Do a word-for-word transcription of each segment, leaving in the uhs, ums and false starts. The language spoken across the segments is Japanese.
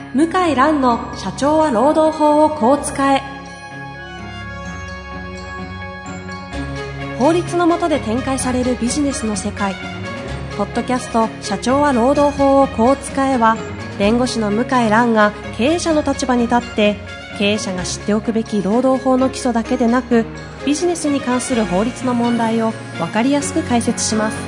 向井蘭の社長は労働法をこう使え。法律の下で展開されるビジネスの世界。ポッドキャスト社長は労働法をこう使えは、弁護士の向井蘭が経営者の立場に立って経営者が知っておくべき労働法の基礎だけでなく、ビジネスに関する法律の問題を分かりやすく解説します。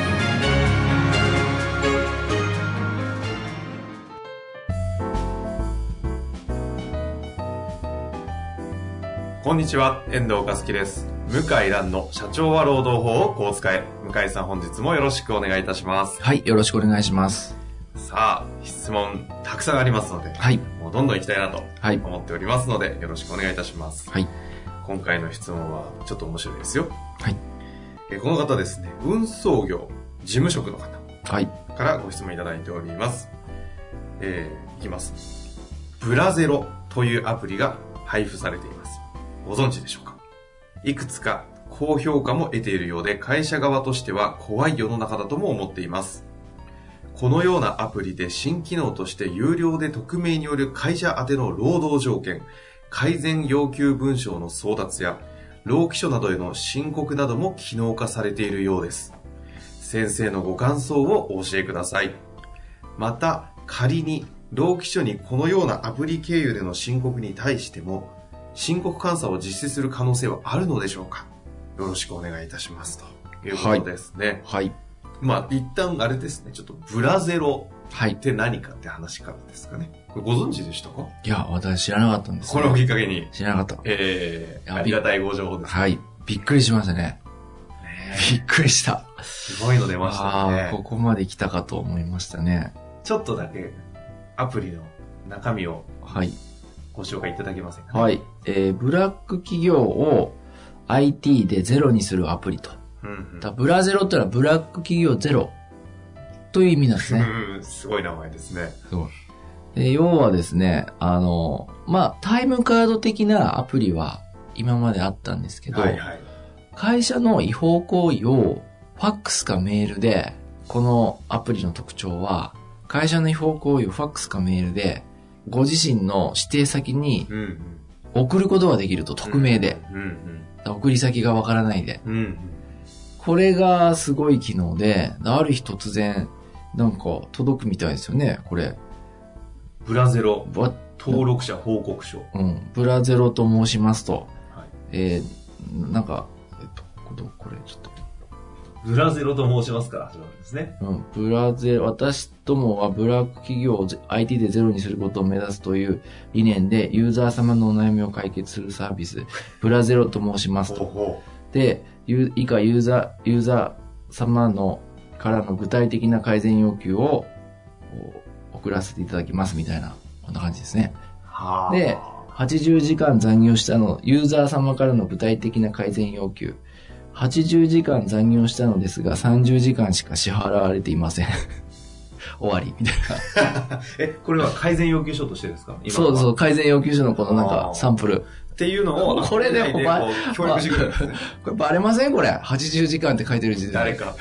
こんにちは、遠藤和樹です。向井蘭の社長は労働法をこう使え。向井さん、本日もよろしくお願いいたします。 はい、よろしくお願いします。 さあ、質問たくさんありますので、 はい、 もうどんどん行きたいなと思っておりますので、 はい、 よろしくお願いいたします。 はい、 今回の質問はちょっと面白いですよ。 はい、 えこの方ですね、運送業事務職の方からご質問いただいております。えー、いきます。ブラゼロというアプリが配布されています。ご存知でしょうか？いくつか高評価も得ているようで、会社側としては怖い世の中だとも思っています。このようなアプリで新機能として有料で匿名による会社宛ての労働条件、改善要求文書の送達や労基署などへの申告なども機能化されているようです。先生のご感想をお教えください。また、仮に労基署にこのようなアプリ経由での申告に対しても申告監査を実施する可能性はあるのでしょうか？よろしくお願いいたしますということですね。 はい。はい、 まあ一旦あれですね、ちょっとブラゼロって何かって話からですかね。これご存知でしたか？ いや、私知らなかったんです、 ね。これをきっかけに。 知らなかった。 えー、ありがたいご情報です、ね。 はい。びっくりしましたね。ねびっくりした。 すごいの出ましたね。 ああ、ここまで来たかと思いましたね。 ちょっとだけアプリの中身を。 はい。 ご紹介いただけませんか、ね？ はい。えー、ブラック企業を アイティー でゼロにするアプリと。うんうん、だブラゼロってのはブラック企業ゼロという意味なんですね。 すごい名前ですね。 すごい。で要はですね、あの、まあ、タイムカード的なアプリは今まであったんですけど、はいはい、会社の違法行為をファックスかメールで、このアプリの特徴は、会社の違法行為をファックスかメールで、ご自身の指定先に送ることができると、匿名で、うんうんうん、送り先がわからないで、うんうん、これがすごい機能で、ある日突然なんか届くみたいですよね。これブラゼロ登録者報告書、 うん、ブラゼロと申しますと、はい、えー、なんか、えっと、これちょっとブラゼロと申しますから始まるんですね。 うん。ブラゼロ、私どもはブラック企業を アイティー でゼロにすることを目指すという理念で、ユーザー様のお悩みを解決するサービス、ブラゼロと申しますと。ほうほうで、以下ユーザー、ユーザー様のからの具体的な改善要求を送らせていただきますみたいな、こんな感じですね。はで、はちじゅうじかん残業したの、ユーザー様からの具体的な改善要求。はちじゅうじかん残業したのですが、さんじゅうじかんしか支払われていません。終わりみたいな。え、これは改善要求書としてですか？ 今そうそう、改善要求書のこのなんかサンプル。 っていうのを、 これでもば、 協力してくれるんですね。 これバレませんこれ。はちじゅうじかんって書いてる時点で。 誰か。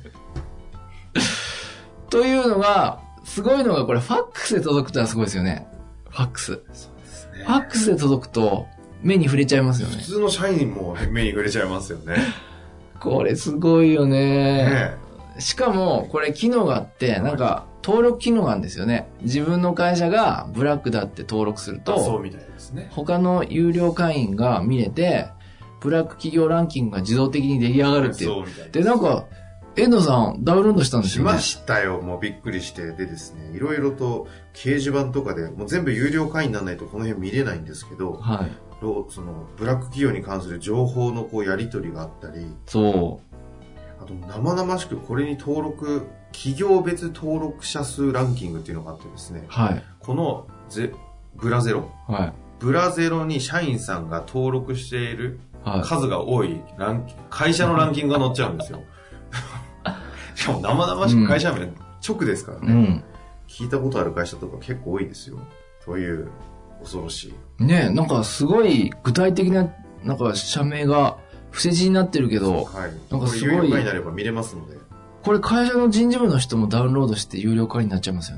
というのが、すごいのがこれ、ファックスで届くってのはすごいですよね。ファックス。そうですね。ファックスで届くと、目に触れちゃいますよね。 普通の社員も目に触れちゃいますよね。 これすごいよね。ねしかも、これ機能があって、なんか、登録機能があるんですよね。自分の会社がブラックだって登録すると、 そうみたいですね。 他の有料会員が見れて、ブラック企業ランキングが自動的に出来上がるっていう。そうみたいです。で、なんか、遠藤さん、ダウンロードしたんですよね。 しましたよ。もうびっくりして。でですね、いろいろと掲示板とかで、もう全部有料会員にならないとこの辺見れないんですけど、はい。そのブラック企業に関する情報のこうやり取りがあったり、そうあと生々しくこれに登録企業別登録者数ランキングっていうのがあってですね、はい、このゼブラゼロ、はい、ブラゼロに社員さんが登録している数が多いランキ会社のランキングが載っちゃうんですよ。しかも生々しく会社名直ですからね、うん、聞いたことある会社とか結構多いですよ。という恐ろしい。 ねえ、なんかすごい具体的な、なんか社名が伏せ字になってるけど、 はい、 なんかすごい。有料化になれば見れますので。 これ会社の人事部の人もダウンロードして有料化になっちゃいますよね。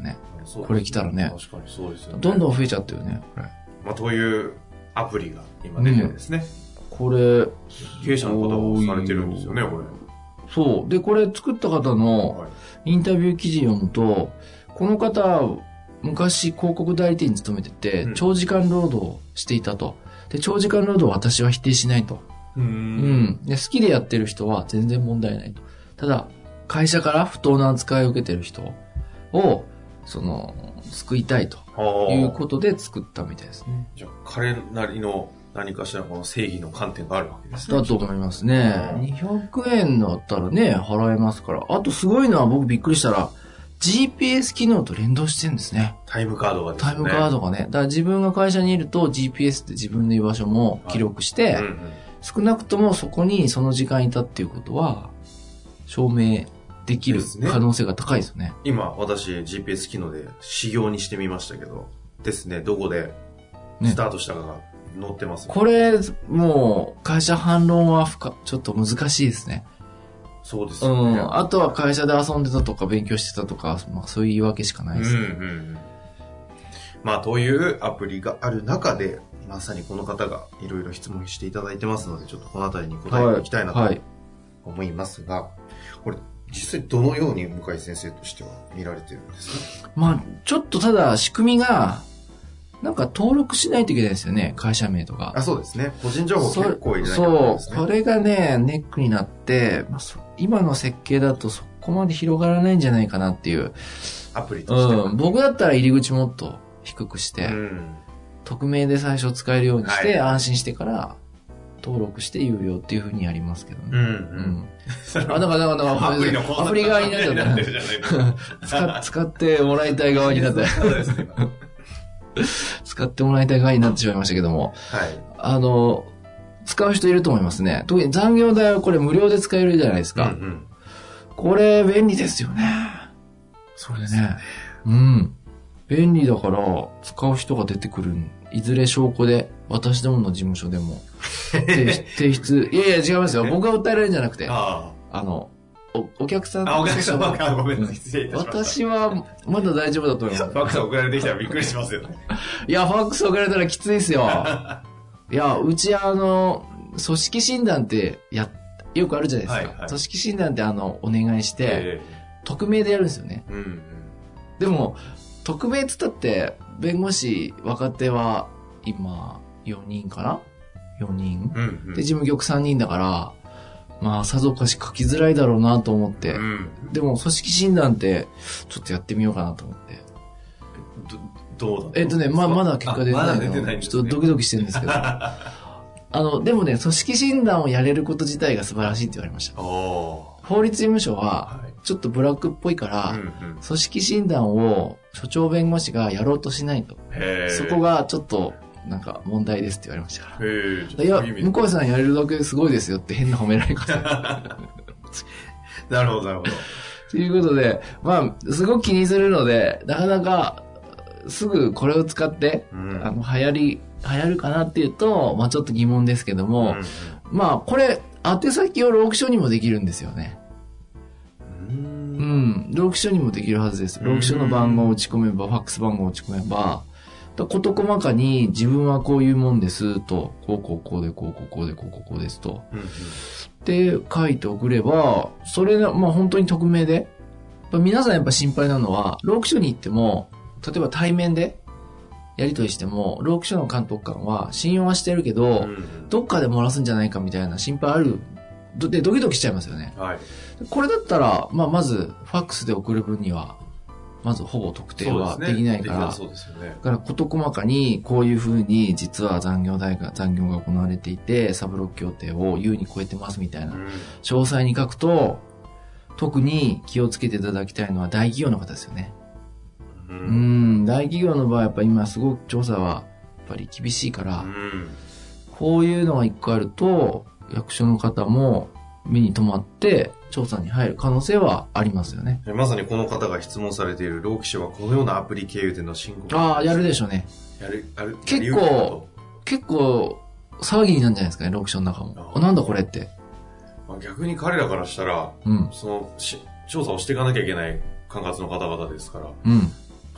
これ来たらね。 確かにそうですよね。 どんどん増えちゃってるね、これ。 まあ、というアプリが今出てるんですね。 うん、これ、 経営者の方がされてるんですよね、これ。 そう。で、これ作った方のインタビュー記事読むと、この方、昔広告代理店に勤めてて、うん、長時間労働していたと。で、長時間労働を私は否定しないと。 うん、うん。 で、好きでやってる人は全然問題ないと。ただ、会社から不当な扱いを受けてる人を、その、救いたいということで作ったみたいですね。 じゃあ、彼なりの何かしらこの正義の観点があるわけですね。 だと思いますね。にひゃくえんだったらね、払えますから。あとすごいのは僕びっくりしたら、ジーピーエス 機能と連動してるんですね。 タイムカードがですね。 タイムカードがね。だから自分が会社にいると ジーピーエス って自分の居場所も記録して、はいうんうん、少なくともそこにその時間いたっていうことは、証明できる可能性が高いですよね。 今、私 ジーピーエス 機能で修行にしてみましたけど、ですね、どこでスタートしたかが載ってます、ねね。これ、もう、会社反論は不可ちょっと難しいですね。 そうですよね。 うん。あとは会社で遊んでたとか勉強してたとか、まあ、そういう言い訳しかないですね。うんうん。 まあ、というアプリがある中で、まさにこの方がいろいろ質問していただいてますので、ちょっとこのあたりに答えていきたいなと思いますが、はいはい、これ、実際どのように向井先生としては見られてるんですか？ まあ、ちょっとただ仕組みが、なんか登録しないといけないですよね、会社名とか。 あ、そうですね。個人情報結構入れないといけないですね。 そう。これがね、ネックになって、まあ、今の設計だとそこまで広がらないんじゃないかなっていう。 アプリとしては、 うん。僕だったら入り口もっと低くして、うん、匿名で最初使えるようにして、はい、安心してから登録して有料っていう風にやりますけどね。うん。うん。あ、だから、だから、アプリのアプリ側になっちゃったね。使, 使ってもらいたい側になって。使ってもらいたい側になってしまいましたけども。はい。あの、使う人いると思いますね。特に残業代はこれ無料で使えるじゃないですか。うんうん、これ便利ですよね。 そうですね。 うん。便利だから使う人が出てくる。いずれ証拠で、私どもの事務所でも提出。いやいや違いますよ。僕が訴えられるんじゃなくて。ああ。あの、お, お客さんあ、お客様がごめんなさい。失礼いたしました。 私はまだ大丈夫だと思います。 ファックス送られてきたらびっくりしますよね。 いや、ファックス送られたらきついですよ。いや、うちあの、組織診断ってや、よくあるじゃないですか。はいはい、組織診断ってあの、お願いして、えー、匿名でやるんですよね。うんうん、でも、匿名って言ったって、弁護士、若手は今、よにんかな ?よ 人、うんうん、で、事務局さんにんだから、まあ、さぞかし書きづらいだろうなと思って。うん、でも、組織診断って、ちょっとやってみようかなと思って。 ど、どうだったえっとね、まあ、まだ結果出てないの。まだ出てないんですね、ちょっとドキドキしてるんですけど。あの、でもね、組織診断をやれること自体が素晴らしいって言われました。法律事務所は、ちょっとブラックっぽいから、はいうんうん、組織診断を所長弁護士がやろうとしないと。そこがちょっと、なんか問題ですって言われましたから。へいや、向井さんやれるだけすごいですよって変な褒められ方。 なるほど、なるほど。 ということで、まあ、すごく気にするので、なかなか、すぐこれを使って、うん、あの、流行り、流行るかなっていうと、まあちょっと疑問ですけども、うん、まあこれ、宛先をロークションにもできるんですよね。うん。ロークションにもできるはずです。ロークションの番号を打ち込めば、ファックス番号を打ち込めば、事細かに自分はこういうもんですと、こうこうこうで、こうこうこうで、こうこうこうですと。うんうん、で、書いて送れば、それが、まあ本当に匿名で。皆さんやっぱ心配なのは、ロークションに行っても、例えば対面でやり取りしても、ロークションの監督官は信用はしてるけど、うんうん、どっかで漏らすんじゃないかみたいな心配ある。で、ドキドキしちゃいますよね。はい、これだったら、まあまず、ファックスで送る分には、まずほぼ特定はできないから、 そうですね。 だから事細かにこういうふうに実は残業代が、残業が行われていて、サブロック協定を優に超えてますみたいな、うん、詳細に書くと、特に気をつけていただきたいのは大企業の方ですよね。うん、うん大企業の場合やっぱ今すごく調査はやっぱり厳しいから、うん、こういうのが一個あると、役所の方も目に留まって調査に入る可能性はありますよね。 まさにこの方が質問されている労基署はこのようなアプリ経由での申告。 ああ、やるでしょうね。 やる、やる。 結構、結構騒ぎになるんじゃないですかね、労基署の中も。あ、なんだこれって。 まあ、逆に彼らからしたら、うん、そのし調査をしていかなきゃいけない管轄の方々ですから、うん、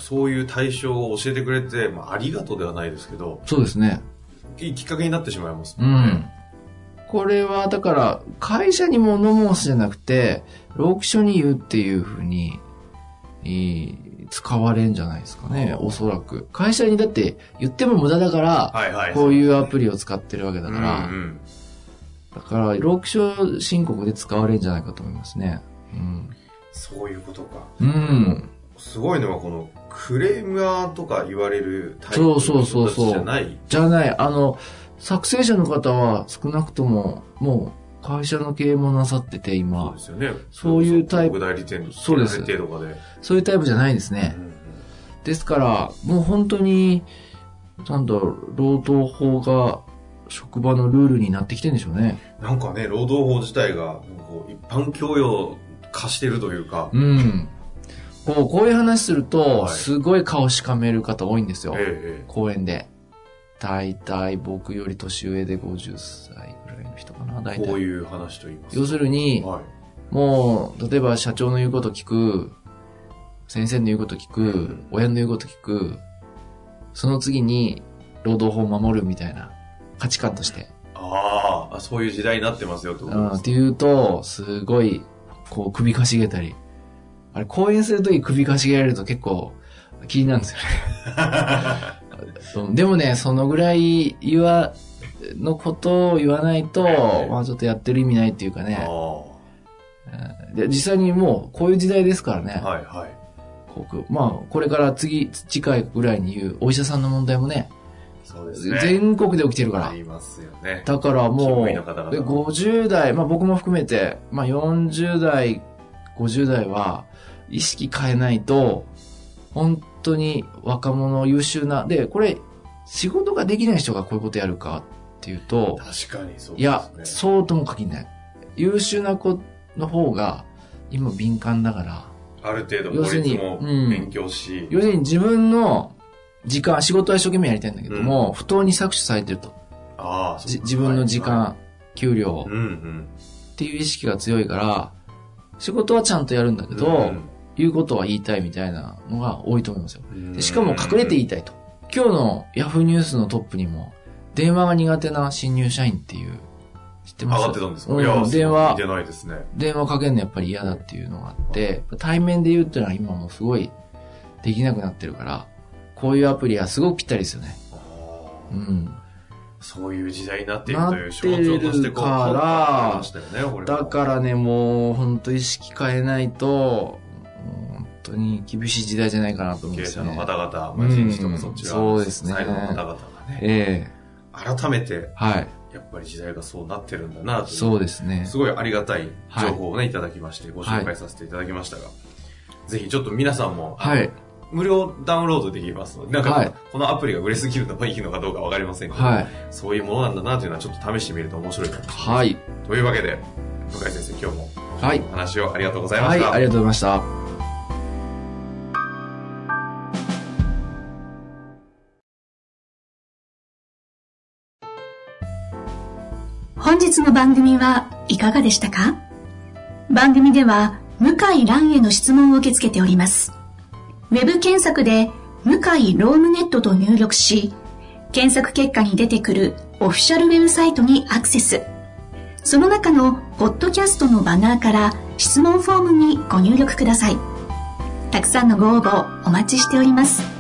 そういう対象を教えてくれて、まあ、ありがとうではないですけど。 そうですね。 いいきっかけになってしまいますね。うん。これは、だから、会社に物申すじゃなくて、労基署に言うっていうふうに、使われんじゃないですかね、おそらく。会社にだって言っても無駄だから、はいはい、こういうアプリを使ってるわけだから、うんうん、だから、労基署申告で使われるんじゃないかと思いますね。うん、 そういうことか。 うん。 すごいのは、この、クレーマーとか言われるタイプの人たちじゃない。そうそうそうそう。 じゃない。あの、作成者の方は少なくとも、もう、会社の経営もなさってて、今。 そうですよね。 そういうタイプ。 代理店そうです。 とかで。 そういうタイプじゃないですね。うんうん、ですから、もう本当に、なんだろう、労働法が職場のルールになってきてるんでしょうね。 なんかね、労働法自体が、一般教養化してるというか。 うん。こう、こういう話すると、はい、すごい顔しかめる方多いんですよ。ええ、講演で。大体僕より年上でごじゅっさいぐらいの人かな、大体。 こういう話と言います。 要するに、はい、もう、例えば社長の言うこと聞く、先生の言うこと聞く、うん、親の言うこと聞く、その次に、労働法を守るみたいな価値観として。 ああ、そういう時代になってますよってことですか。 っていうと、すごい、こう、首かしげたり。あれ、講演するとき首かしげられると結構気になるんですよね。でもね、そのぐらい言わ、のことを言わないと、えー、まあちょっとやってる意味ないっていうかね。で実際にもうこういう時代ですからね。 はいはい。 こうまあこれから次、次回ぐらいに言うお医者さんの問題もね。 そうですね。 全国で起きてるから。 ありますよね。 だからもう、ごじゅう代、まあ僕も含めて、まあよんじゅう代、ごじゅう代は意識変えないと、本当に若者優秀な、で、これ仕事ができない人がこういうことやるかっていうと、 確かにそうですね。 いや、そうとも限らない。優秀な子の方が今敏感だから、 ある程度法律も勉強し、 うん、要するに自分の時間、仕事は一生懸命やりたいんだけども、うん、不当に搾取されてると。 ああ、 そう自分の時間、はい、給料、 うんうん、 っていう意識が強いから、仕事はちゃんとやるんだけど、うん、言うことは言いたいみたいなのが多いと思いますよ。でしかも隠れて言いたいと。今日のヤフーニュースのトップにも、電話が苦手な新入社員っていう、知ってます？ 上がってたんですか？ うん、 いや、 電話、 見てないですね。 電話かけるのやっぱり嫌だっていうのがあって、対面で言うっていうのは今もうすごいできなくなってるから、こういうアプリはすごくぴったりですよね。うん。 そういう時代になっているという象徴としてこう、 から、だからね、もう本当意識変えないと、本当に厳しい時代じゃないかなと思うんですよね。 経営者の方々、まあ、人事とかそっち側のサイドの方々がね、 えー、改めて、 はい。 やっぱり時代がそうなってるんだなという。 そうですね。 すごいありがたい情報をね、いただきまして、ご紹介させていただきましたが、はい、ぜひちょっと皆さんも、 はい。 無料ダウンロードできますので、なんか、はい、このアプリが売れすぎるのがいいのかどうかわかりませんけど、はい、そういうものなんだなというのはちょっと試してみると面白いかもしれない。 はい。 というわけで、向井先生、今日もお話をありがとうございました。 はい、ありがとうございました。 本日の番組はいかがでしたか？番組では向井蘭への質問を受け付けております。ウェブ検索で向井ロームネットと入力し、検索結果に出てくるオフィシャルウェブサイトにアクセス。その中のポッドキャストのバナーから質問フォームにご入力ください。たくさんのご応募お待ちしております。